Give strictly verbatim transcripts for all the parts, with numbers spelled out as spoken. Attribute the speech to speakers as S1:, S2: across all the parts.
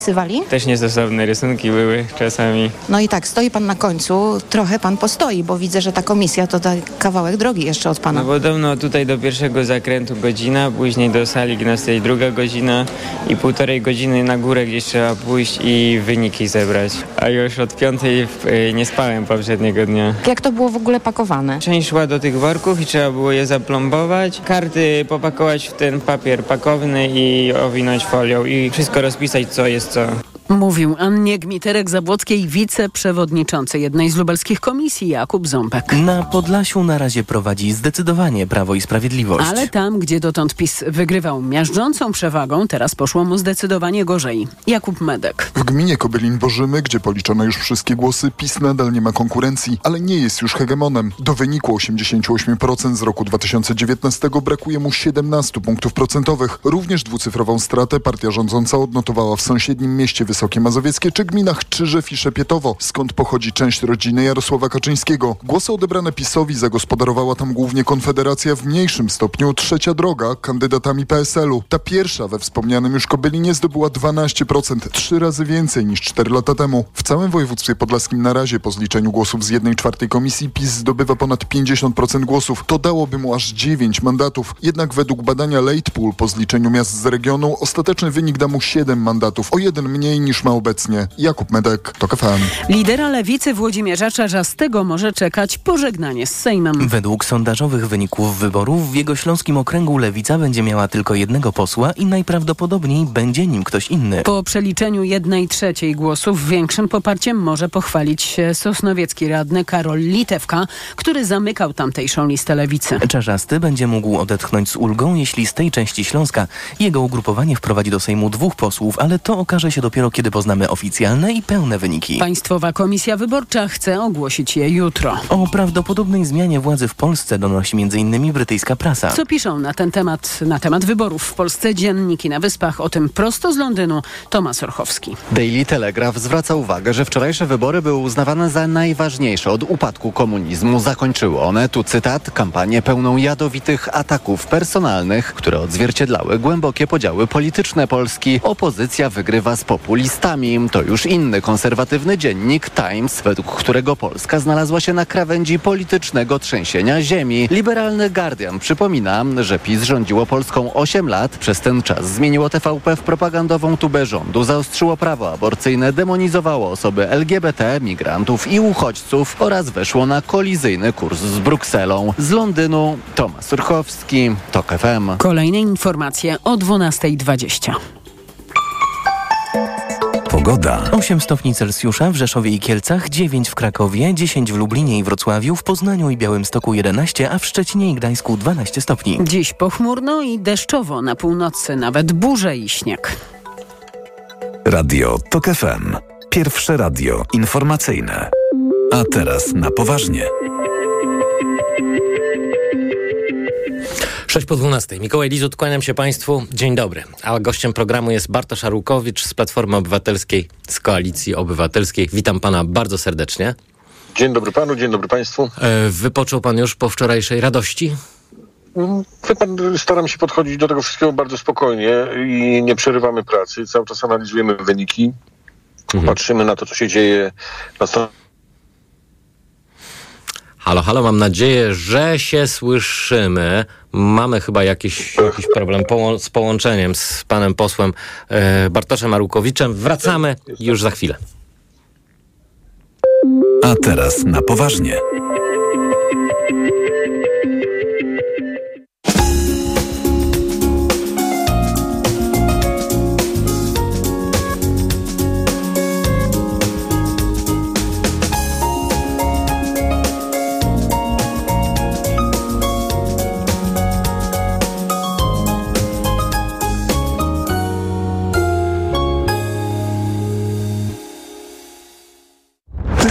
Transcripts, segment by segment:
S1: Sywali?
S2: Też niestosowne rysunki były czasami.
S1: No i tak, stoi pan na końcu, trochę pan postoi, bo widzę, że ta komisja to da kawałek drogi jeszcze od pana.
S2: No podobno tutaj do pierwszego zakrętu godzina, później do sali gimnastycznej druga godzina i półtorej godziny na górę gdzieś trzeba pójść i wyniki zebrać. A już od piątej y, nie spałem poprzedniego dnia.
S1: Jak to było w ogóle pakowane?
S2: Część szła do tych worków i trzeba było je zaplombować, karty popakować w ten papier pakowny i owinąć folią i wszystko rozpisać, co jest co.
S3: Mówił Annie Gmiterek-Zabłockiej, wiceprzewodniczący jednej z lubelskich komisji Jakub Ząbek.
S4: Na Podlasiu na razie prowadzi zdecydowanie Prawo i Sprawiedliwość.
S3: Ale tam, gdzie dotąd PiS wygrywał miażdżącą przewagą, teraz poszło mu zdecydowanie gorzej. Jakub Medek.
S5: W gminie Kobylin-Bożymy, gdzie policzono już wszystkie głosy, PiS nadal nie ma konkurencji, ale nie jest już hegemonem. Do wyniku osiemdziesiąt osiem procent z roku dwa tysiące dziewiętnastego brakuje mu siedemnaście punktów procentowych. Również dwucyfrową stratę partia rządząca odnotowała w sąsiednim mieście Wysokie Mazowieckie czy gminach Czyżew i Szepietowo, skąd pochodzi część rodziny Jarosława Kaczyńskiego. Głosy odebrane PiS-owi zagospodarowała tam głównie Konfederacja, w mniejszym stopniu Trzecia Droga, kandydatami P S L u. Ta pierwsza we wspomnianym już Kobylinie zdobyła dwanaście procent, trzy razy więcej niż cztery lata temu. W całym województwie podlaskim na razie po zliczeniu głosów z jednej czwartej komisji PiS zdobywa ponad pięćdziesiąt procent głosów. To dałoby mu aż dziewięć mandatów. Jednak według badania Late Pool po zliczeniu miast z regionu ostateczny wynik da mu siedem mandatów, o jeden mniej niż ma obecnie. Jakub Medek, TOK F M.
S3: Lidera lewicy Włodzimierza Czarzastego może czekać pożegnanie z Sejmem.
S4: Według sondażowych wyników wyborów w jego śląskim okręgu lewica będzie miała tylko jednego posła i najprawdopodobniej będzie nim ktoś inny.
S3: Po przeliczeniu jednej trzeciej głosów większym poparciem może pochwalić się sosnowiecki radny Karol Litewka, który zamykał tamtejszą listę lewicy.
S4: Czarzasty będzie mógł odetchnąć z ulgą, jeśli z tej części Śląska jego ugrupowanie wprowadzi do Sejmu dwóch posłów, ale to okaże się dopiero kiedy poznamy oficjalne i pełne wyniki.
S3: Państwowa Komisja Wyborcza chce ogłosić je jutro.
S4: O prawdopodobnej zmianie władzy w Polsce donosi między innymi brytyjska prasa.
S3: Co piszą na ten temat, na temat wyborów w Polsce dzienniki na Wyspach? O tym prosto z Londynu Tomasz Orchowski.
S6: Daily Telegraph zwraca uwagę, że wczorajsze wybory były uznawane za najważniejsze od upadku komunizmu. Zakończyły one, tu cytat, kampanię pełną jadowitych ataków personalnych, które odzwierciedlały głębokie podziały polityczne Polski. Opozycja wygrywa z populistami. To już inny konserwatywny dziennik Times, według którego Polska znalazła się na krawędzi politycznego trzęsienia ziemi. Liberalny Guardian przypomina, że PiS rządziło Polską osiem lat. Przez ten czas zmieniło T V P w propagandową tubę rządu, zaostrzyło prawo aborcyjne, demonizowało osoby L G B T, migrantów i uchodźców oraz weszło na kolizyjny kurs z Brukselą. Z Londynu Tomasz Urchowski, TOK F M.
S3: Kolejne informacje o dwunastej dwadzieścia.
S4: Pogoda. osiem stopni Celsjusza w Rzeszowie i Kielcach, dziewięć w Krakowie, dziesięć w Lublinie i Wrocławiu, w Poznaniu i Białymstoku jedenaście, a w Szczecinie i Gdańsku dwanaście stopni.
S3: Dziś pochmurno i deszczowo, na północy nawet burze i śnieg.
S7: Radio TOK F M. Pierwsze radio informacyjne. A teraz na poważnie.
S8: sześć po dwunastej. Mikołaj Lizut, kłaniam się Państwu. Dzień dobry. A gościem programu jest Bartosz Arłukowicz z Platformy Obywatelskiej, z Koalicji Obywatelskiej. Witam Pana bardzo serdecznie.
S9: Dzień dobry Panu, dzień dobry Państwu.
S8: E, wypoczął Pan już po wczorajszej radości?
S9: Wie Pan, staram się podchodzić do tego wszystkiego bardzo spokojnie i nie przerywamy pracy. Cały czas analizujemy wyniki. Mhm. Patrzymy na to, co się dzieje na stronie.
S8: Halo, halo, mam nadzieję, że się słyszymy. Mamy chyba jakiś, jakiś problem poło- z połączeniem z panem posłem e, Bartoszem Arłukowiczem. Wracamy już za chwilę.
S7: A teraz na poważnie.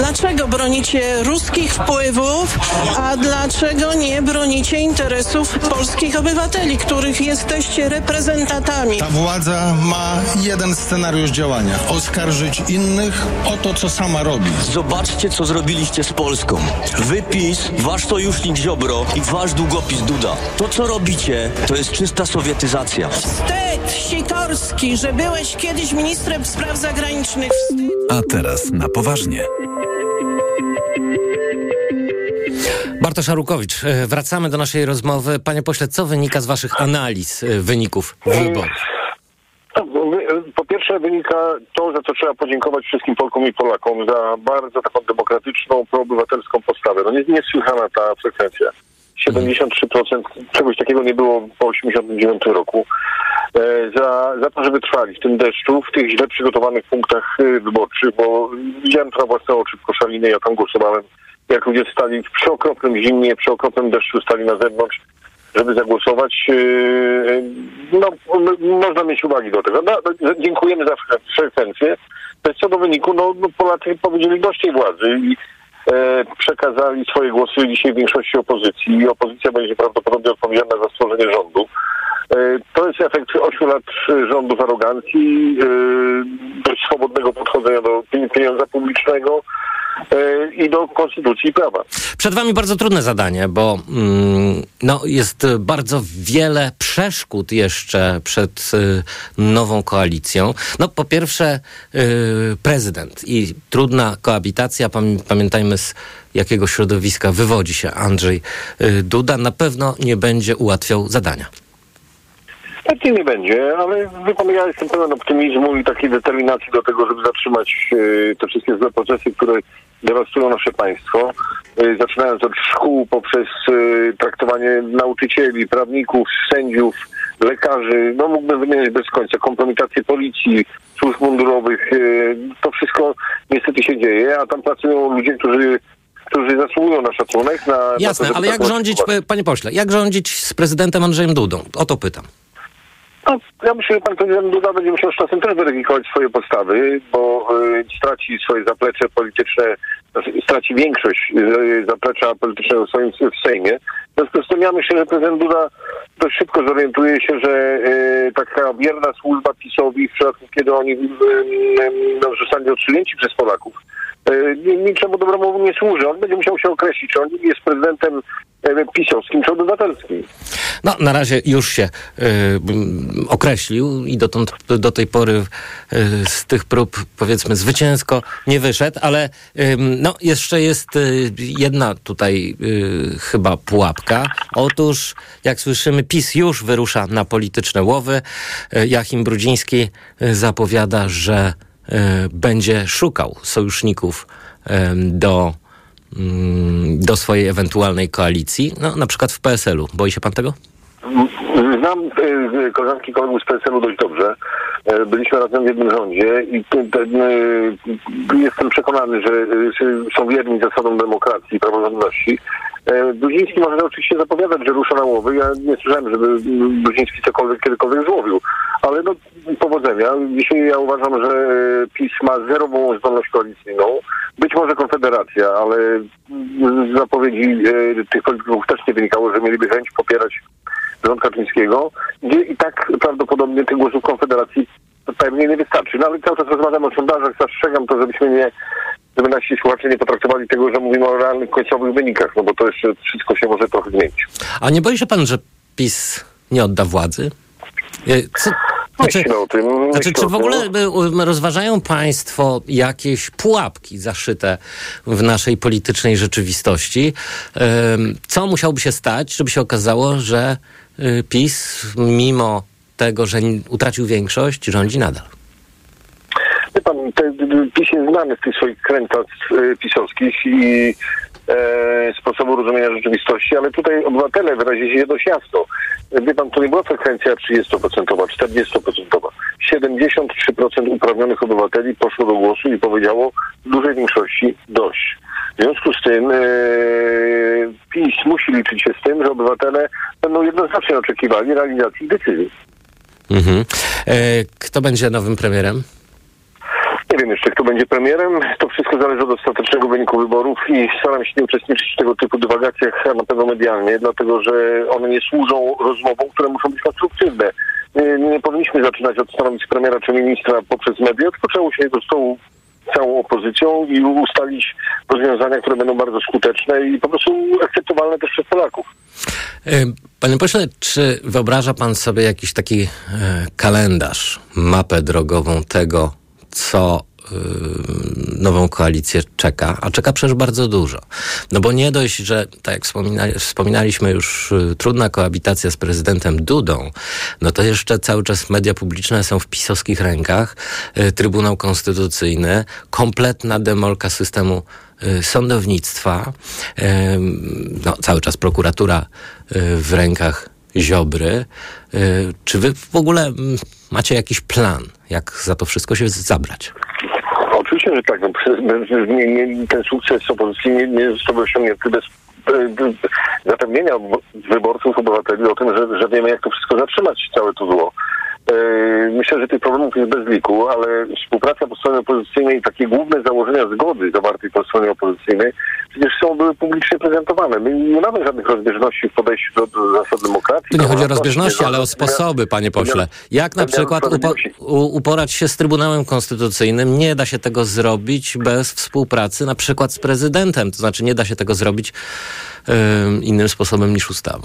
S10: Dlaczego bronicie ruskich wpływów, a dlaczego nie bronicie interesów polskich obywateli, których jesteście reprezentantami?
S11: Ta władza ma jeden scenariusz działania. Oskarżyć innych o to, co sama robi.
S12: Zobaczcie, co zrobiliście z Polską. Wy PiS, wasz sojusznik Ziobro i wasz długopis Duda. To, co robicie, to jest czysta sowietyzacja.
S10: Wstyd, Sikorski, że byłeś kiedyś ministrem spraw zagranicznych. Wstyd.
S7: A teraz na poważnie.
S8: Bartosz Arłukowicz, wracamy do naszej rozmowy. Panie pośle, co wynika z waszych analiz wyników wyborów?
S9: Po pierwsze wynika to, za co trzeba podziękować wszystkim Polkom i Polakom za bardzo taką demokratyczną, proobywatelską postawę. No niesłychana ta frekwencja. siedemdziesiąt trzy procent, czegoś takiego nie było po osiemdziesiątym dziewiątym roku. E, za, za to, że wytrwali w tym deszczu, w tych źle przygotowanych punktach y, wyborczych, bo widziałem to na własne oczy w Koszalinie, ja tam głosowałem, jak ludzie stali przy okropnym zimnie, przy okropnym deszczu, stali na zewnątrz, żeby zagłosować. Yy, no, można mieć uwagi do tego. No, dziękujemy za frekwencję. Co do wyniku, no, no Polacy powiedzieli dość tej władzy i e, przekazali swoje głosy dzisiaj większości opozycji i opozycja będzie prawdopodobnie odpowiedzialna za stworzenie rządu. E, to jest efekt ośmiu lat rządów arogancji, e, dość swobodnego podchodzenia do pieniądza publicznego i do konstytucji i prawa.
S8: Przed wami bardzo trudne zadanie, bo mm, no, jest bardzo wiele przeszkód jeszcze przed y, nową koalicją. No po pierwsze y, prezydent i trudna koabitacja. Pam- pamiętajmy, z jakiego środowiska wywodzi się Andrzej y, Duda. Na pewno nie będzie ułatwiał zadania.
S9: Pewnie nie będzie, ale wie pan, ja jestem pełen optymizmu i takiej determinacji do tego, żeby zatrzymać y, te wszystkie złe procesy, które dewastują nasze państwo. Y, zaczynając od szkół, poprzez y, traktowanie nauczycieli, prawników, sędziów, lekarzy, no mógłbym wymieniać bez końca, kompromitację policji, służb mundurowych. Y, to wszystko niestety się dzieje, a tam pracują ludzie, którzy którzy zasługują na szacunek. Na,
S8: Jasne,
S9: na to,
S8: ale jak rządzić, panie pośle, jak rządzić z prezydentem Andrzejem Dudą? O to pytam.
S9: No, ja myślę, że pan prezydent Duda będzie musiał z czasem też weryfikować swoje postawy, bo y, straci swoje zaplecze polityczne, znaczy, straci większość y, zaplecza politycznego w swoim w Sejmie. W związku z tym ja myślę, że prezydent Duda dość szybko zorientuje się, że y, taka bierna służba PiS-owi w przypadku, kiedy oni y, y, no, zostali odsunięci przez Polaków, y, niczemu dobremu nie służy. On będzie musiał się określić, czy on jest prezydentem pisowskim czy obywatelskim.
S8: No, na razie już się y, określił i dotąd, do tej pory y, z tych prób, powiedzmy, zwycięsko nie wyszedł, ale y, no, jeszcze jest y, jedna tutaj y, chyba pułapka. Otóż, jak słyszymy, PiS już wyrusza na polityczne łowy. Y, Joachim Brudziński y, zapowiada, że y, będzie szukał sojuszników y, do do swojej ewentualnej koalicji, no na przykład w P S L u. Boi się pan tego?
S9: Znam y, koleżanki kolegów z P S L u dość dobrze. Y, byliśmy razem w jednym rządzie i ten, ten, y, jestem przekonany, że y, są wierni zasadom demokracji i praworządności. Y, Brudziński może oczywiście zapowiadać, że rusza na łowy. Ja nie słyszałem, żeby Brudziński cokolwiek kiedykolwiek złowił. Ale no, powodzenia. Dzisiaj ja uważam, że PiS ma zerową zdolność koalicyjną. Być może Konfederacja, ale z zapowiedzi e, tych polityków też nie wynikało, że mieliby chęć popierać rząd Kaczyńskiego, gdzie i tak prawdopodobnie tych głosów Konfederacji pewnie nie wystarczy. No ale cały czas rozmawiam o sondażach, zastrzegam to, żebyśmy nie, żeby nasi słuchacze nie potraktowali tego, że mówimy o realnych końcowych wynikach, no bo to jeszcze wszystko się może trochę zmienić.
S8: A nie boi się pan, że PiS nie odda władzy? Co? Znaczy,
S9: myślę o tym.
S8: Znaczy, czy w ogóle rozważają państwo jakieś pułapki zaszyte w naszej politycznej rzeczywistości? Co musiałoby się stać, żeby się okazało, że PiS, mimo tego, że utracił większość, rządzi nadal?
S9: Wie pan, te, PiS jest znany w tych swoich krętach pisowskich i e, sposobu rozumienia rzeczywistości, ale tutaj obywatele wyrazili się dość jasno. Wie pan, to nie była frekwencja trzydziestoprocentowa, czterdziestoprocentowa. siedemdziesiąt trzy procent uprawnionych obywateli poszło do głosu i powiedziało w dużej większości dość. W związku z tym e, PiS musi liczyć się z tym, że obywatele będą jednoznacznie oczekiwali realizacji decyzji.
S8: Mhm. E, kto będzie nowym premierem?
S9: Nie wiem jeszcze, kto będzie premierem. To wszystko zależy od ostatecznego wyniku wyborów i staram się nie uczestniczyć w tego typu dywagacjach, na pewno medialnie, dlatego że one nie służą rozmowom, które muszą być konstruktywne. Nie, nie powinniśmy zaczynać od stanowisk premiera czy ministra poprzez media, tylko trzeba usiąść do stołu całą opozycją i ustalić rozwiązania, które będą bardzo skuteczne i po prostu akceptowalne też przez Polaków.
S8: Panie pośle, czy wyobraża pan sobie jakiś taki e, kalendarz, mapę drogową tego, co y, nową koalicję czeka, a czeka przecież bardzo dużo. No bo nie dość, że tak jak wspominali, wspominaliśmy już, y, trudna koabitacja z prezydentem Dudą, no to jeszcze cały czas media publiczne są w pisowskich rękach, y, Trybunał Konstytucyjny, kompletna demolka systemu y, sądownictwa, y, no cały czas prokuratura y, w rękach Ziobry. Y, czy wy w ogóle y, macie jakiś plan, jak za to wszystko się zabrać?
S9: Oczywiście, że tak. No, nie, nie, ten sukces opozycji nie, nie został osiągnięty bez e, zapewnienia wyborców, obywateli o tym, że, że wiemy, jak to wszystko zatrzymać, całe to zło. E, myślę, że tych problemów jest bez liku, ale współpraca po stronie opozycyjnej i takie główne założenia zgody zawartej po stronie opozycyjnej przecież są były publicznie prezentowane. My nie mamy żadnych rozbieżności w podejściu do, do zasad demokracji.
S8: Tu nie chodzi o rozbieżności, ale o sposoby, panie pośle. Jak na przykład upo- uporać się z Trybunałem Konstytucyjnym? Nie da się tego zrobić bez współpracy na przykład z prezydentem. To znaczy nie da się tego zrobić yy, innym sposobem niż ustawą.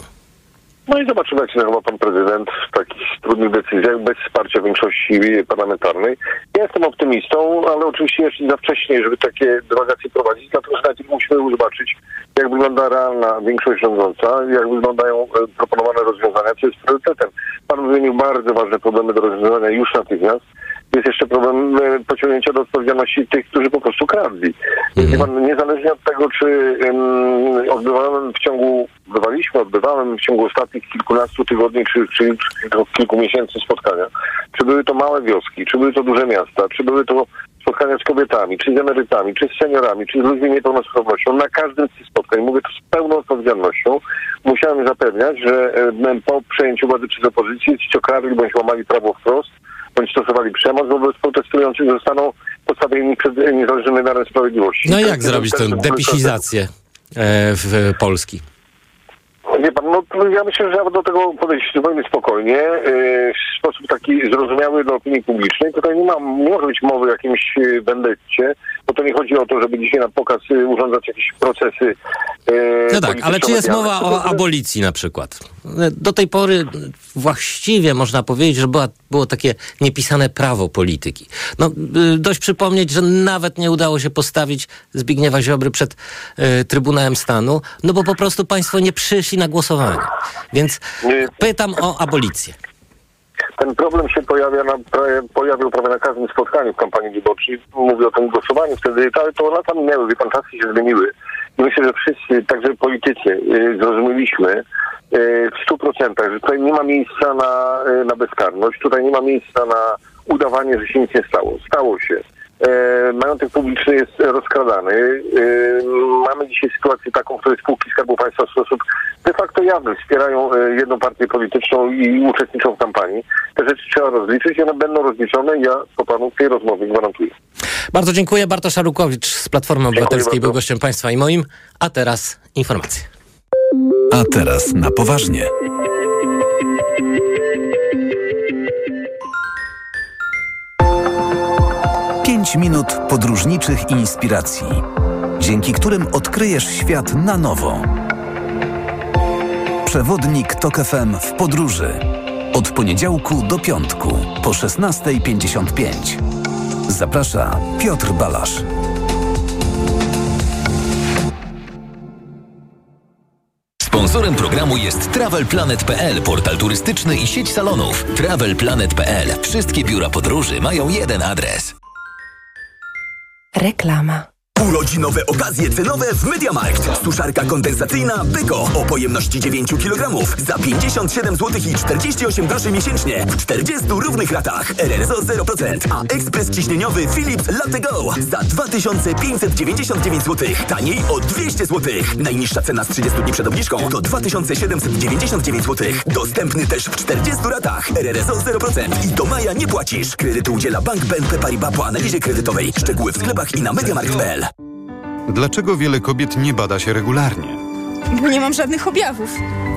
S9: No i zobaczymy, jak się zachowa pan prezydent w takich trudnych decyzjach bez wsparcia większości parlamentarnej. Ja jestem optymistą, ale oczywiście jeszcze za wcześnie, żeby takie dywagacje prowadzić, dlatego że najpierw musimy zobaczyć, jak wygląda realna większość rządząca, jak wyglądają proponowane rozwiązania, co jest priorytetem. Pan wymienił bardzo ważne problemy do rozwiązania już natychmiast. Jest jeszcze problem pociągnięcia do odpowiedzialności tych, którzy po prostu kradli. Mm. Pan, niezależnie od tego, czy um, odbywałem w ciągu, odbywaliśmy, odbywałem w ciągu ostatnich kilkunastu tygodni, czy, czy, czy kilku miesięcy spotkania, czy były to małe wioski, czy były to duże miasta, czy były to spotkania z kobietami, czy z emerytami, czy z seniorami, czy z ludźmi niepełnosprawnością, na każdym z tych spotkań, mówię to z pełną odpowiedzialnością, musiałem zapewniać, że um, po przejęciu władzy przez opozycję ci, co kradli bądź łamali prawo wprost, bądź stosowali przemoc wobec protestujących, zostaną postawieni przed niezależnym wymiarem sprawiedliwości.
S8: No i jak zrobić tę depisizację w Polski?
S9: Wie pan, no ja myślę, że trzeba do tego podejść zupełnie spokojnie, w sposób taki zrozumiały dla opinii publicznej. Tutaj nie ma, nie może być mowy o jakimś wendetcie, bo to nie chodzi o to, żeby dzisiaj na pokaz urządzać jakieś procesy.
S8: No tak, ale czy jest mowa o abolicji na przykład? Do tej pory właściwie można powiedzieć, że była, było takie niepisane prawo polityki. No dość przypomnieć, że nawet nie udało się postawić Zbigniewa Ziobry przed y, Trybunałem Stanu, no bo po prostu państwo nie przyszli na głosowanie. Więc pytam o abolicję.
S9: Ten problem się pojawia na, pojawił prawie na każdym spotkaniu w kampanii wyborczej. Mówię o tym głosowaniu wtedy, ale to lata minęły, wie pan, czasy się zmieniły. I myślę, że wszyscy, także politycy, zrozumieliśmy w stu procentach, że tutaj nie ma miejsca na, na bezkarność, tutaj nie ma miejsca na udawanie, że się nic nie stało. Stało się. E, majątek publiczny jest rozkradany. E, mamy dzisiaj sytuację taką, w której spółki Skarbu Państwa w sposób de facto jawny wspierają e, jedną partię polityczną i uczestniczą w kampanii. Te rzeczy trzeba rozliczyć i one będą rozliczone. Ja po panu tej rozmowy gwarantuję.
S8: Bardzo dziękuję. Bartosz Arłukowicz z Platformy Obywatelskiej był gościem państwa i moim. A teraz informacje.
S7: A teraz na poważnie. pięć minut podróżniczych inspiracji, dzięki którym odkryjesz świat na nowo. Przewodnik Tok F M w podróży. Od poniedziałku do piątku po szesnasta pięćdziesiąt pięć. Zaprasza Piotr Balasz.
S13: Sponsorem programu jest Travel Planet kropka p l, portal turystyczny i sieć salonów. Travel Planet kropka p l. Wszystkie biura podróży mają jeden adres.
S14: Reklama. Urodzinowe okazje cenowe w MediaMarkt. Suszarka kondensacyjna Beko o pojemności dziewięć kilogramów za pięćdziesiąt siedem złotych i czterdzieści osiem groszy miesięcznie w czterdziestu równych ratach. R R S O zero procent. A ekspres ciśnieniowy Philips Latte Go za dwa tysiące pięćset dziewięćdziesiąt dziewięć złotych. Taniej o dwieście złotych. Najniższa cena z trzydziestu dni przed obniżką to dwa tysiące siedemset dziewięćdziesiąt dziewięć złotych. Dostępny też w czterdziestu ratach. R R S O zero procent. I do maja nie płacisz. Kredytu udziela Bank B N P Paribas po analizie kredytowej. Szczegóły w sklepach i na mediamarkt kropka p l.
S15: Dlaczego wiele kobiet nie bada się regularnie?
S16: Bo nie mam żadnych objawów.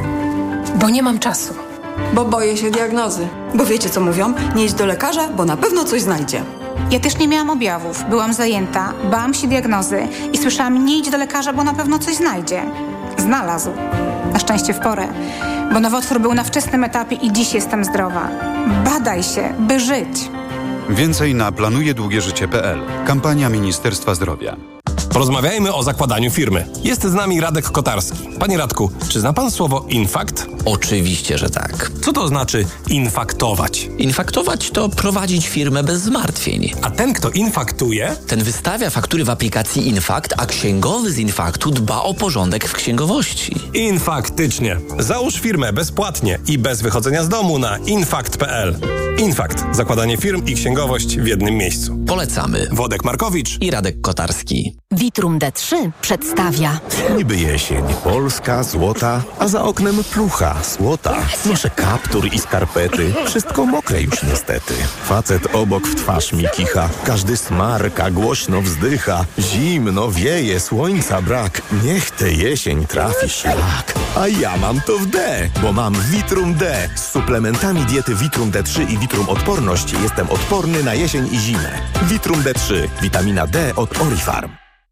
S16: Bo nie mam czasu.
S17: Bo boję się diagnozy. Bo wiecie co mówią? Nie idź do lekarza, bo na pewno coś znajdzie.
S18: Ja też nie miałam objawów. Byłam zajęta, bałam się diagnozy i słyszałam: nie idź do lekarza, bo na pewno coś znajdzie. Znalazł. Na szczęście w porę. Bo nowotwór był na wczesnym etapie i dziś jestem zdrowa. Badaj się, by żyć.
S15: Więcej na planuje długie życie kropka p l. Kampania Ministerstwa Zdrowia.
S19: Porozmawiajmy o zakładaniu firmy. Jest z nami Radek Kotarski. Panie Radku, czy zna pan słowo infakt?
S20: Oczywiście, że tak.
S19: Co to znaczy infaktować?
S20: Infaktować to prowadzić firmę bez zmartwień.
S19: A ten, kto infaktuje?
S20: Ten wystawia faktury w aplikacji Infakt, a księgowy z Infaktu dba o porządek w księgowości.
S19: Infaktycznie. Załóż firmę bezpłatnie i bez wychodzenia z domu na infakt kropka p l. Infakt. Zakładanie firm i księgowość w jednym miejscu.
S20: Polecamy.
S19: Wodek Markowicz
S20: i Radek Kotarski.
S21: Vitrum D trzy przedstawia.
S22: Niby jesień, Polska, złota, a za oknem plucha, słota. Noszę kaptur i skarpety, wszystko mokre już niestety. Facet obok w twarz mi kicha, każdy smarka, głośno wzdycha. Zimno wieje, słońca brak, niech tę jesień trafi szlak. A ja mam to w D, bo mam Vitrum D. Z suplementami diety Vitrum D trzy i Vitrum Odporność jestem odporny na jesień i zimę. Vitrum D trzy, witamina D od Orifarm.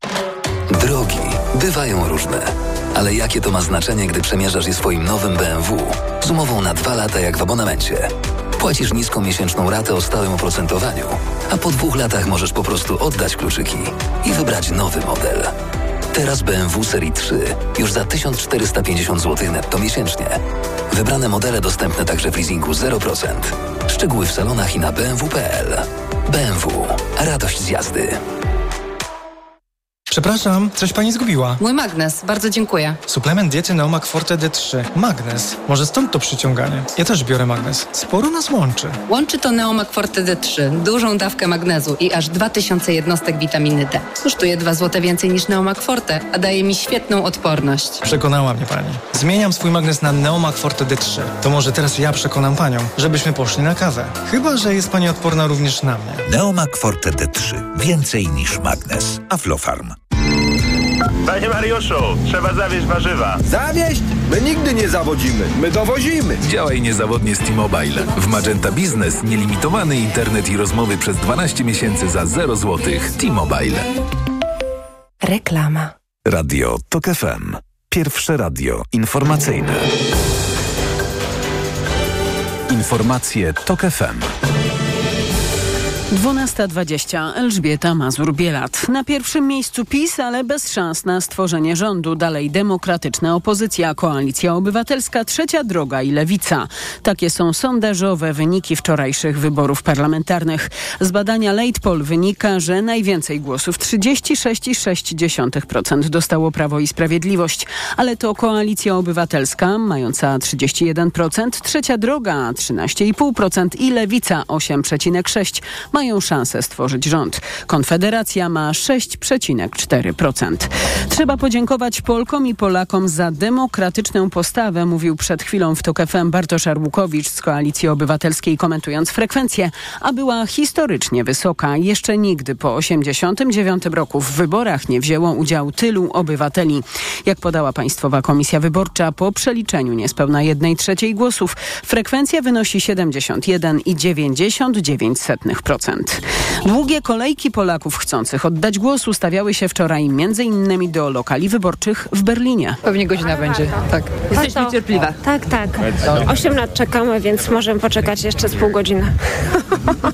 S23: Drogi bywają różne, ale jakie to ma znaczenie, gdy przemierzasz je swoim nowym B M W z umową na dwa lata jak w abonamencie. Płacisz niską miesięczną ratę o stałym oprocentowaniu, a po dwóch latach możesz po prostu oddać kluczyki i wybrać nowy model. Teraz B M W serii trzy już za tysiąc czterysta pięćdziesiąt złotych netto miesięcznie. Wybrane modele dostępne także w leasingu zero procent. Szczegóły w salonach i na b m w kropka p l. B M W. Radość z jazdy.
S24: Przepraszam, coś pani zgubiła.
S25: Mój magnes, bardzo dziękuję.
S24: Suplement diety Neomak Forte D trzy. Magnes. Może stąd to przyciąganie. Ja też biorę magnes. Sporo nas łączy.
S25: Łączy to Neomak Forte D trzy. Dużą dawkę magnezu i aż dwa tysiące jednostek witaminy D. Kosztuje dwa złote więcej niż Neomak Forte, a daje mi świetną odporność.
S24: Przekonała mnie pani. Zmieniam swój magnes na Neomak Forte D trzy. To może teraz ja przekonam panią, żebyśmy poszli na kawę. Chyba że jest pani odporna również na mnie.
S26: Neomak Forte D trzy. Więcej niż magnes. Aflofarm.
S27: Panie Mariuszu, trzeba zawieźć warzywa.
S28: Zawieźć? My nigdy nie zawodzimy, my dowozimy.
S13: Działaj niezawodnie z T-Mobile. W Magenta Business nielimitowany internet i rozmowy przez dwanaście miesięcy za zero złotych. T-Mobile.
S21: Reklama.
S22: Radio Tok F M. Pierwsze radio informacyjne. Informacje Tok F M.
S3: dwunasta dwadzieścia. Elżbieta Mazur-Bielat. Na pierwszym miejscu PiS, ale bez szans na stworzenie rządu. Dalej demokratyczna opozycja, Koalicja Obywatelska, Trzecia Droga i Lewica. Takie są sondażowe wyniki wczorajszych wyborów parlamentarnych. Z badania Late Poll wynika, że najwięcej głosów, trzydzieści sześć przecinek sześć procent, dostało Prawo i Sprawiedliwość. Ale to Koalicja Obywatelska, mająca trzydzieści jeden procent, Trzecia Droga trzynaście przecinek pięć procent i Lewica osiem przecinek sześć procent. Mają szansę stworzyć rząd. Konfederacja ma sześć przecinek cztery procent. Trzeba podziękować Polkom i Polakom za demokratyczną postawę, mówił przed chwilą w Tok F M Bartosz Arłukowicz z Koalicji Obywatelskiej, komentując frekwencję, a była historycznie wysoka. Jeszcze nigdy po osiemdziesiątym dziewiątym roku w wyborach nie wzięło udziału tylu obywateli. Jak podała Państwowa Komisja Wyborcza, po przeliczeniu niespełna jednej trzeciej głosów frekwencja wynosi siedemdziesiąt jeden przecinek dziewięćdziesiąt dziewięć procent. Długie kolejki Polaków chcących oddać głos ustawiały się wczoraj między innymi do lokali wyborczych w Berlinie.
S29: Pewnie godzina będzie, tak. Jesteś niecierpliwa.
S30: Tak, tak. Osiem lat czekamy, więc możemy poczekać jeszcze z pół godziny.
S3: W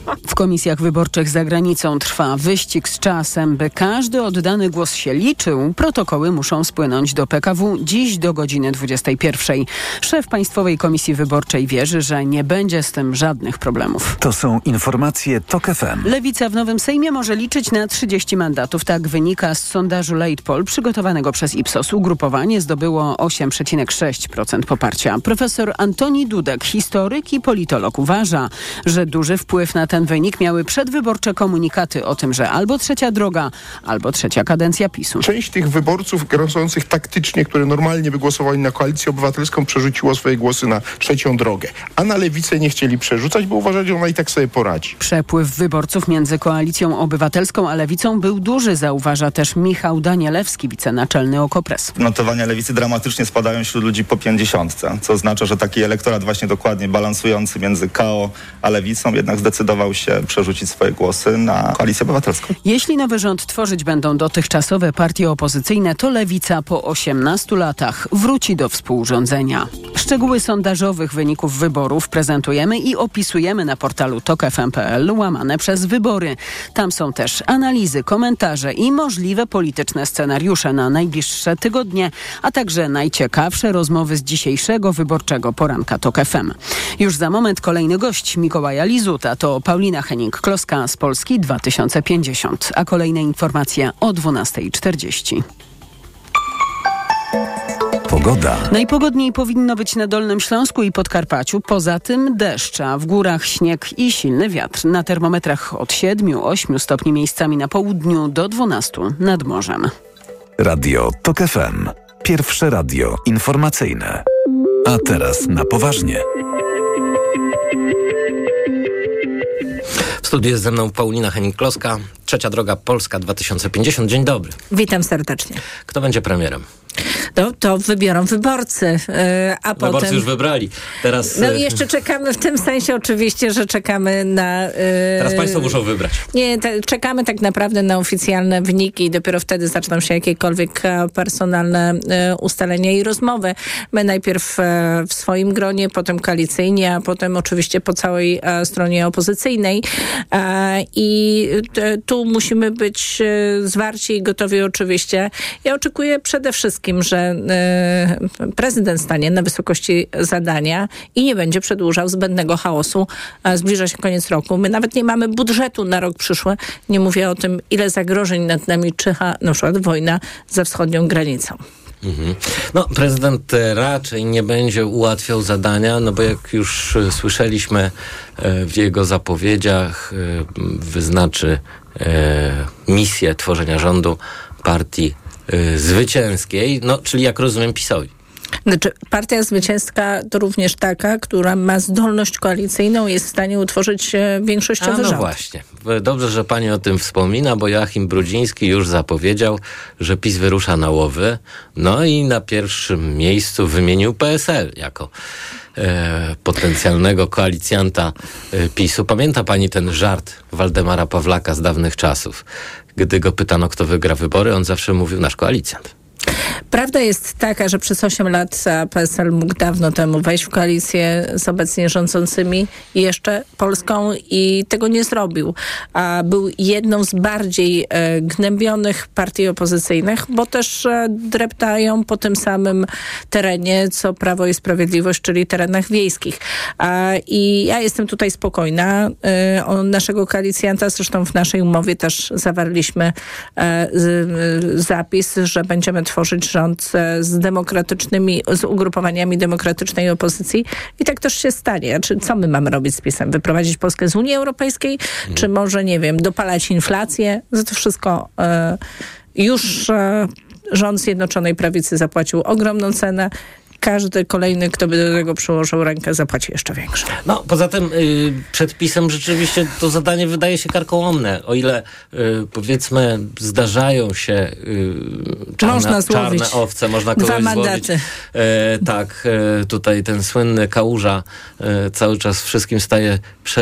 S3: komisjach wyborczych za granicą trwa wyścig z czasem, by każdy oddany głos się liczył. Protokoły muszą spłynąć do P K W dziś do godziny dwudziestej pierwszej. Szef Państwowej Komisji Wyborczej wierzy, że nie będzie z tym żadnych problemów.
S7: To są informacje TOK F M.
S3: Lewica w nowym Sejmie może liczyć na trzydzieści mandatów. Tak wynika z sondażu Late Poll przygotowanego przez Ipsos. Ugrupowanie zdobyło osiem przecinek sześć procent poparcia. Profesor Antoni Dudek, historyk i politolog, uważa, że duży wpływ na ten wynik miały przedwyborcze komunikaty o tym, że albo trzecia droga, albo trzecia kadencja PiSu.
S1: Część tych wyborców głosujących taktycznie, które normalnie by głosowali na Koalicję Obywatelską, przerzuciło swoje głosy na trzecią drogę. A na Lewicę nie chcieli przerzucać, bo uważali, że ona i tak sobie poradzi.
S3: Przepływ wyborców między Koalicją Obywatelską a Lewicą był duży, zauważa też Michał Danielewski, wicenaczelny Okopres.
S2: Notowania Lewicy dramatycznie spadają wśród ludzi po pięćdziesiątce, co oznacza, że taki elektorat właśnie dokładnie balansujący między K O a Lewicą jednak zdecydował się przerzucić swoje głosy na Koalicję Obywatelską.
S3: Jeśli nowy rząd tworzyć będą dotychczasowe partie opozycyjne, to Lewica po osiemnastu latach wróci do współrządzenia. Szczegóły sondażowych wyników wyborów prezentujemy i opisujemy na portalu tok f m kropka p l łamane przez wybory. Tam są też analizy, komentarze i możliwe polityczne scenariusze na najbliższe tygodnie, a także najciekawsze rozmowy z dzisiejszego wyborczego poranka TOK F M. Już za moment kolejny gość Mikołaja Lizuta to Paulina Henning-Kloska z Polski dwa tysiące pięćdziesiąt, a kolejne informacje o dwunasta czterdzieści.
S7: Pogoda.
S3: Najpogodniej powinno być na Dolnym Śląsku i Podkarpaciu. Poza tym deszcz, a w górach śnieg i silny wiatr. Na termometrach od siedmiu do ośmiu stopni, miejscami na południu do dwunastu nad morzem.
S7: Radio TOK F M. Pierwsze radio informacyjne. A teraz na poważnie.
S8: W studiu jest ze mną Paulina Henning-Kloska, Trzecia Droga Polska dwa tysiące pięćdziesiąt. Dzień dobry.
S4: Witam serdecznie.
S8: Kto będzie premierem?
S4: No, to wybiorą wyborcy, yy, a
S8: wyborcy
S4: potem...
S8: Wyborcy już wybrali. Teraz...
S4: No i jeszcze czekamy w tym sensie oczywiście, że czekamy na... Yy...
S8: Teraz państwo muszą wybrać.
S4: Nie, te, czekamy tak naprawdę na oficjalne wyniki i dopiero wtedy zaczną się jakiekolwiek personalne yy, ustalenia i rozmowy. My najpierw yy, w swoim gronie, potem koalicyjnie, a potem oczywiście po całej yy, stronie opozycyjnej. Yy, I yy, tu musimy być yy, zwarci i gotowi oczywiście. Ja oczekuję przede wszystkim, że y, prezydent stanie na wysokości zadania i nie będzie przedłużał zbędnego chaosu. Zbliża się koniec roku. My nawet nie mamy budżetu na rok przyszły. Nie mówię o tym, ile zagrożeń nad nami czyha na przykład wojna za wschodnią granicą.
S8: Mhm. No, prezydent raczej nie będzie ułatwiał zadania, no bo jak już słyszeliśmy w jego zapowiedziach, wyznaczy misję tworzenia rządu partii zwycięskiej, no, czyli jak rozumiem PiS-owi.
S4: Znaczy, partia zwycięska to również taka, która ma zdolność koalicyjną i jest w stanie utworzyć większościowy
S8: rząd. A no
S4: rząd.
S8: właśnie. Dobrze, że pani o tym wspomina, bo Joachim Brudziński już zapowiedział, że PiS wyrusza na łowy. No i na pierwszym miejscu wymienił P S L jako e, potencjalnego koalicjanta e, PiS-u. Pamięta pani ten żart Waldemara Pawlaka z dawnych czasów? Gdy go pytano, kto wygra wybory, on zawsze mówił nasz koalicjant.
S4: Prawda jest taka, że przez osiem lat P S L mógł dawno temu wejść w koalicję z obecnie rządzącymi jeszcze Polską i tego nie zrobił. A był jedną z bardziej e, gnębionych partii opozycyjnych, bo też e, dreptają po tym samym terenie, co Prawo i Sprawiedliwość, czyli terenach wiejskich. A, I ja jestem tutaj spokojna. E, o naszego koalicjanta, zresztą w naszej umowie też zawarliśmy e, z, zapis, że będziemy tworzyć rząd z demokratycznymi, z ugrupowaniami demokratycznej opozycji i tak też się stanie. Znaczy, co my mamy robić z PiS-em? Wyprowadzić Polskę z Unii Europejskiej? Hmm. Czy może, nie wiem, dopalać inflację? Za to wszystko e, już e, rząd Zjednoczonej Prawicy zapłacił ogromną cenę. Każdy kolejny, kto by do tego przyłożył rękę, zapłaci jeszcze większą.
S8: No, poza tym yy, przed PiS-em rzeczywiście to zadanie wydaje się karkołomne. O ile, yy, powiedzmy, zdarzają się yy, czarne, czarne owce, można kogoś
S4: Dwa mandaty.
S8: złowić. Yy, tak, yy, tutaj ten słynny Kałuża yy, cały czas wszystkim staje przed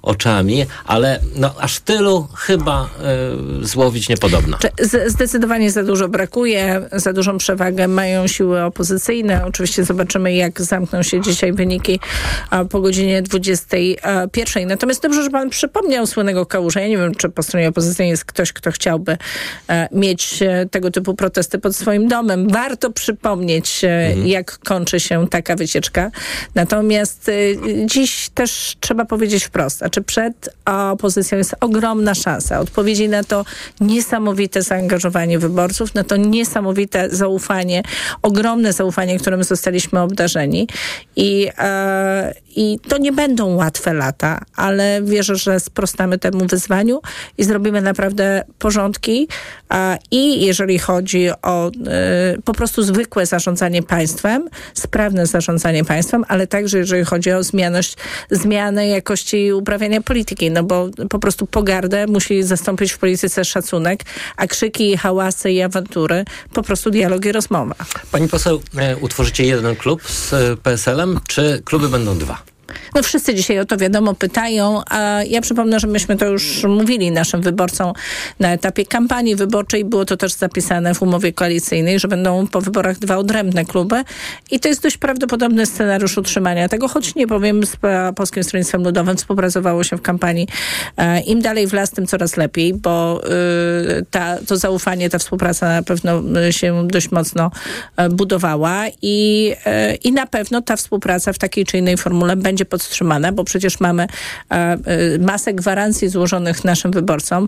S8: oczami, ale no, aż tylu chyba y, złowić niepodobno.
S4: Z, zdecydowanie za dużo brakuje, za dużą przewagę mają siły opozycyjne. Oczywiście zobaczymy, jak zamkną się dzisiaj wyniki a, po godzinie dwudziestej pierwszej. Natomiast dobrze, że pan przypomniał słynnego Kałuża. Ja nie wiem, czy po stronie opozycyjnej jest ktoś, kto chciałby e, mieć e, tego typu protesty pod swoim domem. Warto przypomnieć, e, mhm. jak kończy się taka wycieczka. Natomiast e, dziś też trzeba powiedzieć wprost, a czy przed opozycją jest ogromna szansa odpowiedzi na to niesamowite zaangażowanie wyborców, na to niesamowite zaufanie, ogromne zaufanie, którym zostaliśmy obdarzeni. I, e, i to nie będą łatwe lata, ale wierzę, że sprostamy temu wyzwaniu i zrobimy naprawdę porządki. A, I jeżeli chodzi o e, po prostu zwykłe zarządzanie państwem, sprawne zarządzanie państwem, ale także jeżeli chodzi o zmianność, zmianę jakości uprawiania polityki, no bo po prostu pogardę musi zastąpić w polityce szacunek, a krzyki, hałasy i awantury po prostu dialog i rozmowa.
S8: Pani poseł, e, utworzycie jeden klub z P S L-em, czy kluby będą dwa?
S4: No wszyscy dzisiaj o to wiadomo pytają, a ja przypomnę, że myśmy to już mówili naszym wyborcom na etapie kampanii wyborczej. Było to też zapisane w umowie koalicyjnej, że będą po wyborach dwa odrębne kluby i to jest dość prawdopodobny scenariusz utrzymania tego, choć nie powiem, z Polskim Stronnictwem Ludowym współpracowało się w kampanii. Im dalej w las, tym coraz lepiej, bo ta, to zaufanie, ta współpraca na pewno się dość mocno budowała i, i na pewno ta współpraca w takiej czy innej formule będzie podtrzymana, bo przecież mamy e, masę gwarancji złożonych naszym wyborcom.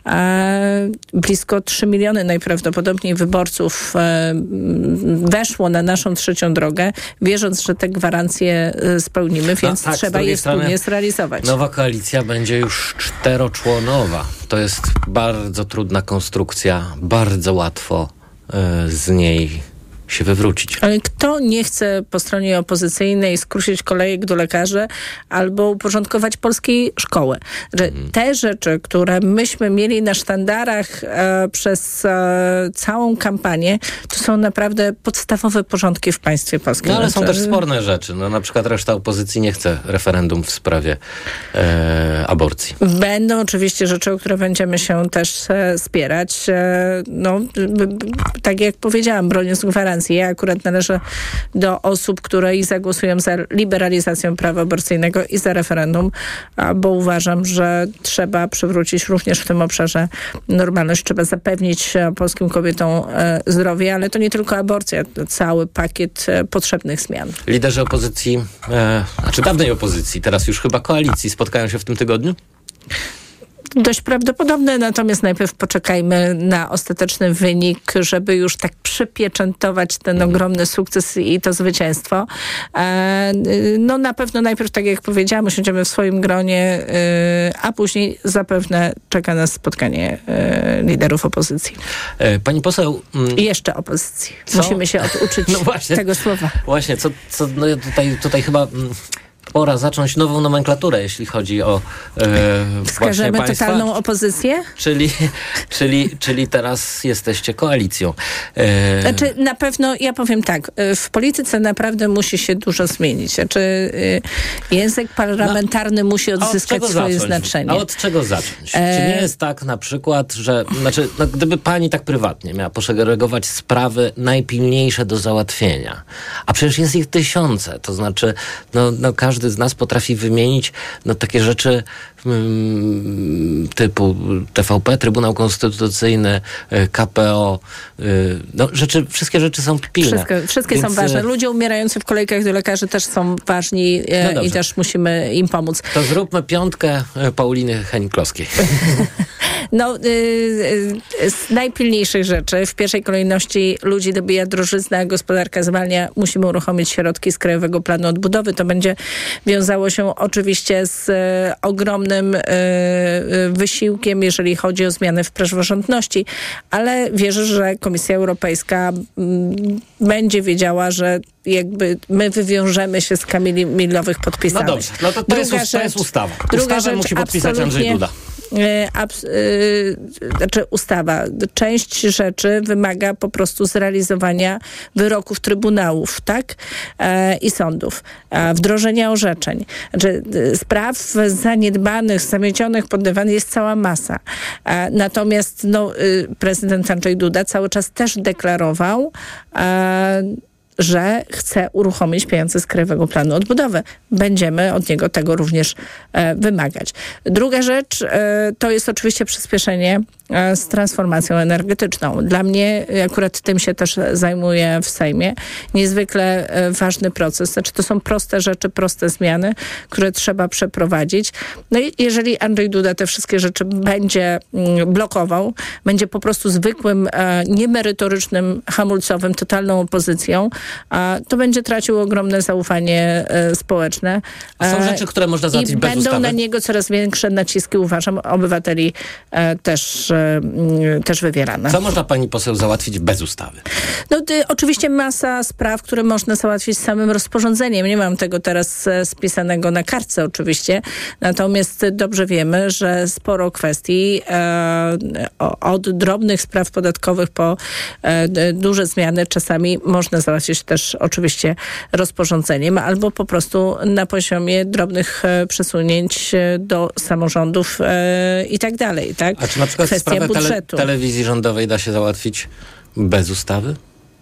S4: E, blisko trzy miliony najprawdopodobniej wyborców e, weszło na naszą trzecią drogę, wierząc, że te gwarancje spełnimy, więc no, tak, trzeba je wspólnie zrealizować.
S8: Nowa koalicja będzie już czteroczłonowa. To jest bardzo trudna konstrukcja, bardzo łatwo e, z niej się wywrócić.
S4: Ale kto nie chce po stronie opozycyjnej skrócić kolejek do lekarzy albo uporządkować polskiej szkoły? Że mm. te rzeczy, które myśmy mieli na sztandarach e, przez e, całą kampanię, to są naprawdę podstawowe porządki w państwie polskim.
S8: No ale są też sporne rzeczy. No, na przykład reszta opozycji nie chce referendum w sprawie e, aborcji.
S4: Będą oczywiście rzeczy, o które będziemy się też e, spierać. E, no, b, b, tak jak powiedziałam, broniąc gwarancji. Ja akurat należę do osób, które i zagłosują za liberalizacją prawa aborcyjnego i za referendum, bo uważam, że trzeba przywrócić również w tym obszarze normalność. Trzeba zapewnić polskim kobietom zdrowie, ale to nie tylko aborcja, to cały pakiet potrzebnych zmian.
S8: Liderzy opozycji, e, znaczy dawnej opozycji, teraz już chyba koalicji, spotkają się w tym tygodniu?
S4: Dość prawdopodobne, natomiast najpierw poczekajmy na ostateczny wynik, żeby już tak przypieczętować ten ogromny sukces i to zwycięstwo. E, no na pewno najpierw, tak jak powiedziałam, usiądziemy w swoim gronie, e, a później zapewne czeka nas spotkanie e, liderów opozycji.
S8: E, pani poseł... Mm,
S4: I jeszcze opozycji. Co? Musimy się oduczyć no właśnie, tego słowa.
S8: Właśnie, co, co no tutaj, tutaj chyba... Mm, pora zacząć nową nomenklaturę, jeśli chodzi o e,
S4: Wskażemy
S8: państwa.
S4: Totalną opozycję?
S8: Czyli, czyli, czyli teraz jesteście koalicją. E...
S4: Znaczy na pewno, ja powiem tak, w polityce naprawdę musi się dużo zmienić. Znaczy język parlamentarny no, musi odzyskać swoje
S8: zacząć?
S4: znaczenie.
S8: A od czego zacząć? E... Czy nie jest tak na przykład, że znaczy, no, gdyby pani tak prywatnie miała poszeregować sprawy najpilniejsze do załatwienia, a przecież jest ich tysiące, to znaczy no, no każdy z nas potrafi wymienić no, takie rzeczy mm, typu T V P, Trybunał Konstytucyjny, K P O. Y, no, rzeczy, wszystkie rzeczy są pilne.
S4: Wszystko, wszystkie Więc... są ważne. Ludzie umierający w kolejkach do lekarzy też są ważni no i też musimy im pomóc.
S8: To zróbmy piątkę Pauliny Hennig-Kloskiej.
S4: No, y, y, z najpilniejszych rzeczy w pierwszej kolejności ludzi dobija drożyzna, gospodarka zwalnia. Musimy uruchomić środki z Krajowego Planu Odbudowy. To będzie wiązało się oczywiście z y, ogromnym y, wysiłkiem, jeżeli chodzi o zmiany w praworządności, ale wierzę, że Komisja Europejska y, będzie wiedziała, że jakby my wywiążemy się z kamieni milowych podpisanych.
S8: No dobrze, no to, to, jest, rzecz, to jest ustawa. Druga Ustawę rzecz, musi podpisać Andrzej Duda.
S4: abs- znaczy ustawa, część rzeczy wymaga po prostu zrealizowania wyroków trybunałów, tak? I sądów. Wdrożenia orzeczeń. Znaczy, spraw zaniedbanych, zamiecionych, poddawanych jest cała masa. Natomiast no, prezydent Andrzej Duda cały czas też deklarował, że chce uruchomić pieniądze z Krajowego Planu Odbudowy. Będziemy od niego tego również e, wymagać. Druga rzecz e, to jest oczywiście przyspieszenie e, z transformacją energetyczną. Dla mnie, akurat tym się też zajmuję w Sejmie, niezwykle e, ważny proces. Znaczy to są proste rzeczy, proste zmiany, które trzeba przeprowadzić. No i jeżeli Andrzej Duda te wszystkie rzeczy będzie mm, blokował, będzie po prostu zwykłym, e, niemerytorycznym, hamulcowym, totalną opozycją, a to będzie tracił ogromne zaufanie e, społeczne.
S8: A są rzeczy, które można załatwić
S4: I
S8: bez
S4: będą
S8: ustawy?
S4: na niego coraz większe naciski, uważam, obywateli e, też, e, też wywierane.
S8: Co można pani poseł załatwić bez ustawy?
S4: No ty, oczywiście masa spraw, które można załatwić samym rozporządzeniem. Nie mam tego teraz e, spisanego na kartce oczywiście, natomiast dobrze wiemy, że sporo kwestii e, o, od drobnych spraw podatkowych po e, d, duże zmiany czasami można załatwić też oczywiście rozporządzeniem, albo po prostu na poziomie drobnych e, przesunięć e, do samorządów e, i tak dalej, tak?
S8: A czy na przykład
S4: Kwestia
S8: sprawę tele-
S4: budżetu.
S8: telewizji rządowej da się załatwić bez ustawy?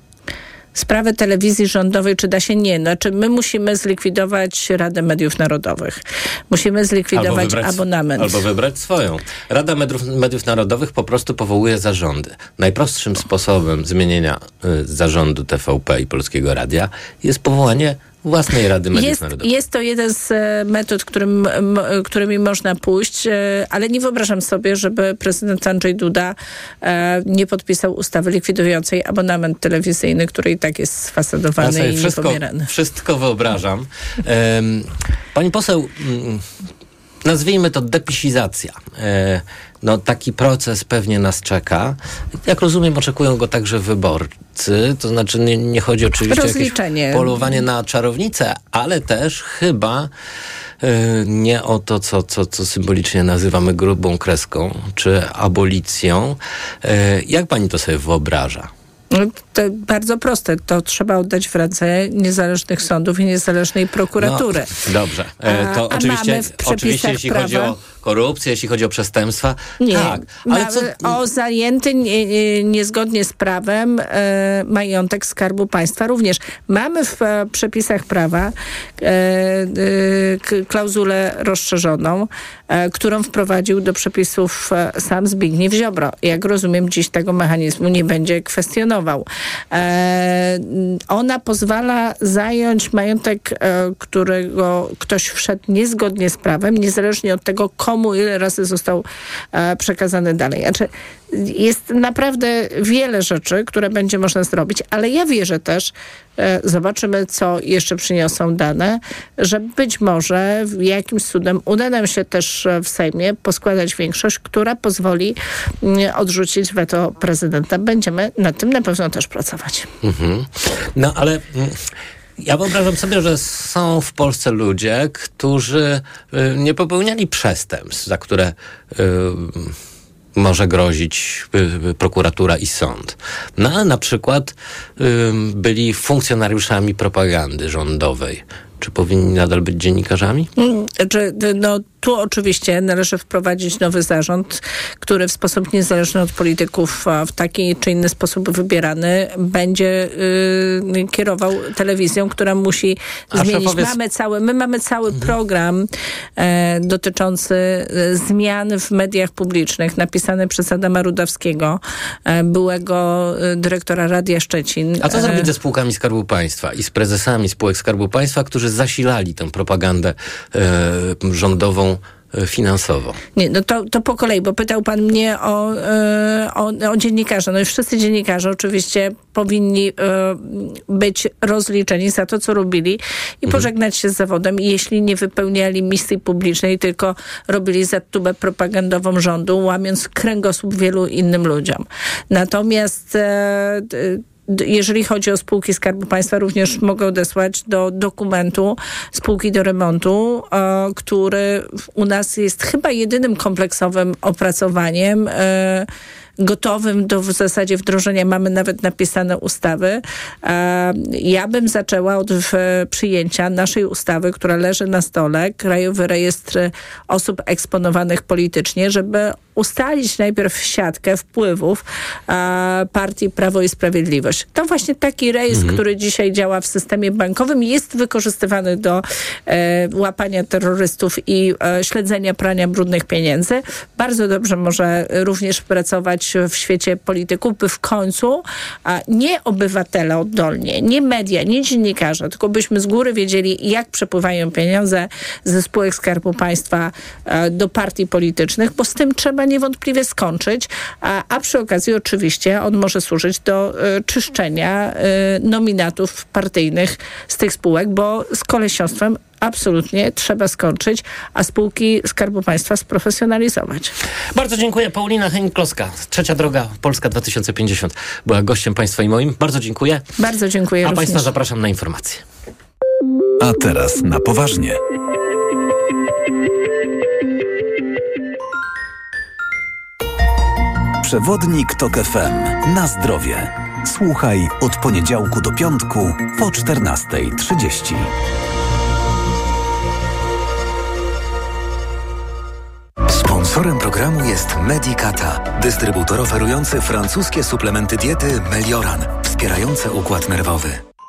S4: Sprawę telewizji rządowej, czy da się? Nie. Znaczy my musimy zlikwidować Radę Mediów Narodowych. Musimy zlikwidować
S8: wybrać,
S4: abonament.
S8: Albo wybrać swoją. Rada Mediów, Mediów Narodowych po prostu powołuje zarządy. Najprostszym sposobem zmienienia y, zarządu T V P i Polskiego Radia jest powołanie własnej Rady Mediów
S4: Jest,
S8: Narodowych.
S4: jest to jeden z e, metod, którym, m, którymi można pójść, e, ale nie wyobrażam sobie, żeby prezydent Andrzej Duda e, nie podpisał ustawy likwidującej abonament telewizyjny, który i tak jest sfasadowany
S8: Ja sobie
S4: i
S8: wszystko,
S4: niepobierany.
S8: wszystko wyobrażam. Um, pani poseł, mm, nazwijmy to depisizacja. E, no taki proces pewnie nas czeka. Jak rozumiem, oczekują go także wyborcy. To znaczy nie, nie chodzi oczywiście o jakieś polowanie na czarownicę, ale też chyba e, nie o to, co, co, co symbolicznie nazywamy grubą kreską, czy abolicją. E, jak pani to sobie wyobraża?
S4: No, to bardzo proste. To trzeba oddać w ręce niezależnych sądów i niezależnej prokuratury.
S8: No, dobrze. E, to
S4: a,
S8: oczywiście,
S4: a mamy w przepisach
S8: oczywiście jeśli
S4: prawa...
S8: chodzi o korupcję, jeśli chodzi o przestępstwa,
S4: nie,
S8: tak. Ale co...
S4: o zajęty nie, nie, niezgodnie z prawem e, majątek Skarbu Państwa również. Mamy w e, przepisach prawa e, e, klauzulę rozszerzoną, e, którą wprowadził do przepisów e, sam Zbigniew Ziobro. Jak rozumiem, dziś tego mechanizmu nie będzie kwestionował. E, ona pozwala zająć majątek, e, którego ktoś wszedł niezgodnie z prawem, niezależnie od tego, komu ile razy został e, przekazany dalej. Znaczy, jest naprawdę wiele rzeczy, które będzie można zrobić, ale ja wierzę też, e, zobaczymy, co jeszcze przyniosą dane, że być może jakimś cudem uda nam się też w Sejmie poskładać większość, która pozwoli m, odrzucić weto prezydenta. Będziemy nad tym na pewno też pracować.
S8: Mhm. No ale... Mm. Ja wyobrażam sobie, że są w Polsce ludzie, którzy y, nie popełniali przestępstw, za które y, może grozić y, y, prokuratura i sąd. No ale na przykład y, byli funkcjonariuszami propagandy rządowej. Czy powinni nadal być dziennikarzami?
S4: Znaczy, no, tu oczywiście należy wprowadzić nowy zarząd, który w sposób niezależny od polityków w taki czy inny sposób wybierany będzie y, kierował telewizją, która musi
S8: A
S4: zmienić.
S8: szefowie...
S4: Mamy cały, my mamy cały mhm. program e, dotyczący e, zmian w mediach publicznych, napisany przez Adama Rudawskiego, e, byłego e, dyrektora Radia Szczecin.
S8: A co zrobić ze spółkami Skarbu Państwa i z prezesami spółek Skarbu Państwa, którzy zasilali tę propagandę e, rządową finansowo?
S4: Nie, no to, to po kolei, bo pytał pan mnie o, e, o, o dziennikarza. No i wszyscy dziennikarze oczywiście powinni e, być rozliczeni za to, co robili i mhm. pożegnać się z zawodem. I jeśli nie wypełniali misji publicznej, tylko robili za tubę propagandową rządu, łamiąc kręgosłup wielu innym ludziom. Natomiast e, jeżeli chodzi o spółki Skarbu Państwa, również mogę odesłać do dokumentu spółki do remontu, który u nas jest chyba jedynym kompleksowym opracowaniem gotowym do w zasadzie wdrożenia. Mamy nawet napisane ustawy. Ja bym zaczęła od przyjęcia naszej ustawy, która leży na stole, Krajowy Rejestr Osób Eksponowanych Politycznie, żeby ustalić najpierw siatkę wpływów partii Prawo i Sprawiedliwość. To właśnie taki rejestr, mhm. który dzisiaj działa w systemie bankowym, jest wykorzystywany do e, łapania terrorystów i e, śledzenia prania brudnych pieniędzy. Bardzo dobrze może również pracować w świecie polityków, by w końcu a, nie obywatele oddolnie, nie media, nie dziennikarze, tylko byśmy z góry wiedzieli, jak przepływają pieniądze ze spółek Skarbu Państwa e, do partii politycznych, bo z tym trzeba niewątpliwie skończyć, a, a przy okazji oczywiście on może służyć do y, czyszczenia y, nominatów partyjnych z tych spółek, bo z kolesiostwem absolutnie trzeba skończyć, a spółki Skarbu Państwa sprofesjonalizować.
S8: Bardzo dziękuję. Paulina Hennig-Kloska, Trzecia Droga Polska dwa tysiące pięćdziesiąt była gościem Państwa i moim. Bardzo dziękuję.
S4: Bardzo dziękuję
S8: A
S4: również.
S8: Państwa zapraszam na informacje.
S13: A teraz na poważnie. Przewodnik Tok F M. Na zdrowie. Słuchaj od poniedziałku do piątku po czternasta trzydzieści.
S5: Sponsorem programu jest Medicata, dystrybutor oferujący francuskie suplementy diety Melioran, wspierające układ nerwowy.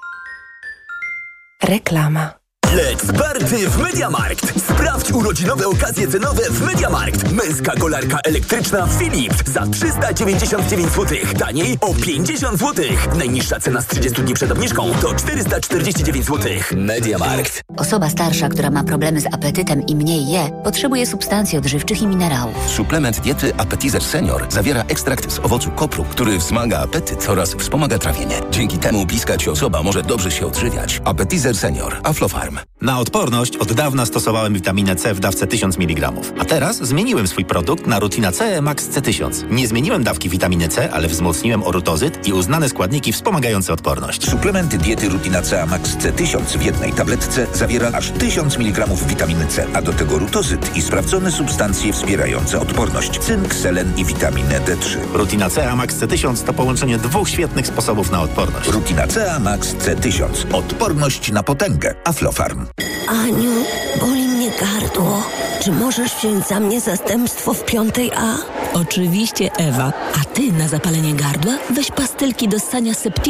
S21: Reklama.
S6: Let's party w MediaMarkt! Sprawdź urodzinowe okazje cenowe w MediaMarkt. Męska kolarka elektryczna Philips za trzysta dziewięćdziesiąt dziewięć złotych. Taniej o pięćdziesiąt złotych. Najniższa cena z trzydziestu dni przed obniżką to czterysta czterdzieści dziewięć złotych. MediaMarkt.
S21: Osoba starsza, która ma problemy z apetytem i mniej je, potrzebuje substancji odżywczych i minerałów.
S9: Suplement diety Appetizer Senior zawiera ekstrakt z owocu kopru, który wzmaga apetyt oraz wspomaga trawienie. Dzięki temu bliska ci osoba może dobrze się odżywiać. Appetizer Senior. Aflofarm.
S10: Na odporność od dawna stosowałem witaminę C w dawce tysiąc miligramów. A teraz zmieniłem swój produkt na Rutina C Max C tysiąc. Nie zmieniłem dawki witaminy C, ale wzmocniłem orutozyt i uznane składniki wspomagające odporność.
S26: Suplementy diety Rutina C Max C tysiąc w jednej tabletce zawiera aż tysiąc miligramów witaminy C, a do tego rutozyt i sprawdzone substancje wspierające odporność. Cynk, selen i witaminę D trzy.
S10: Rutina C Max C tysiąc to połączenie dwóch świetnych sposobów na odporność.
S26: Rutina C Max C tysiąc. Odporność na potęgę. Aflofarm.
S11: Aniu, boli mnie gardło. Czy możesz wziąć za mnie zastępstwo w piątej A?
S12: Oczywiście, Ewa. A ty na zapalenie gardła weź pastylki do ssania septiki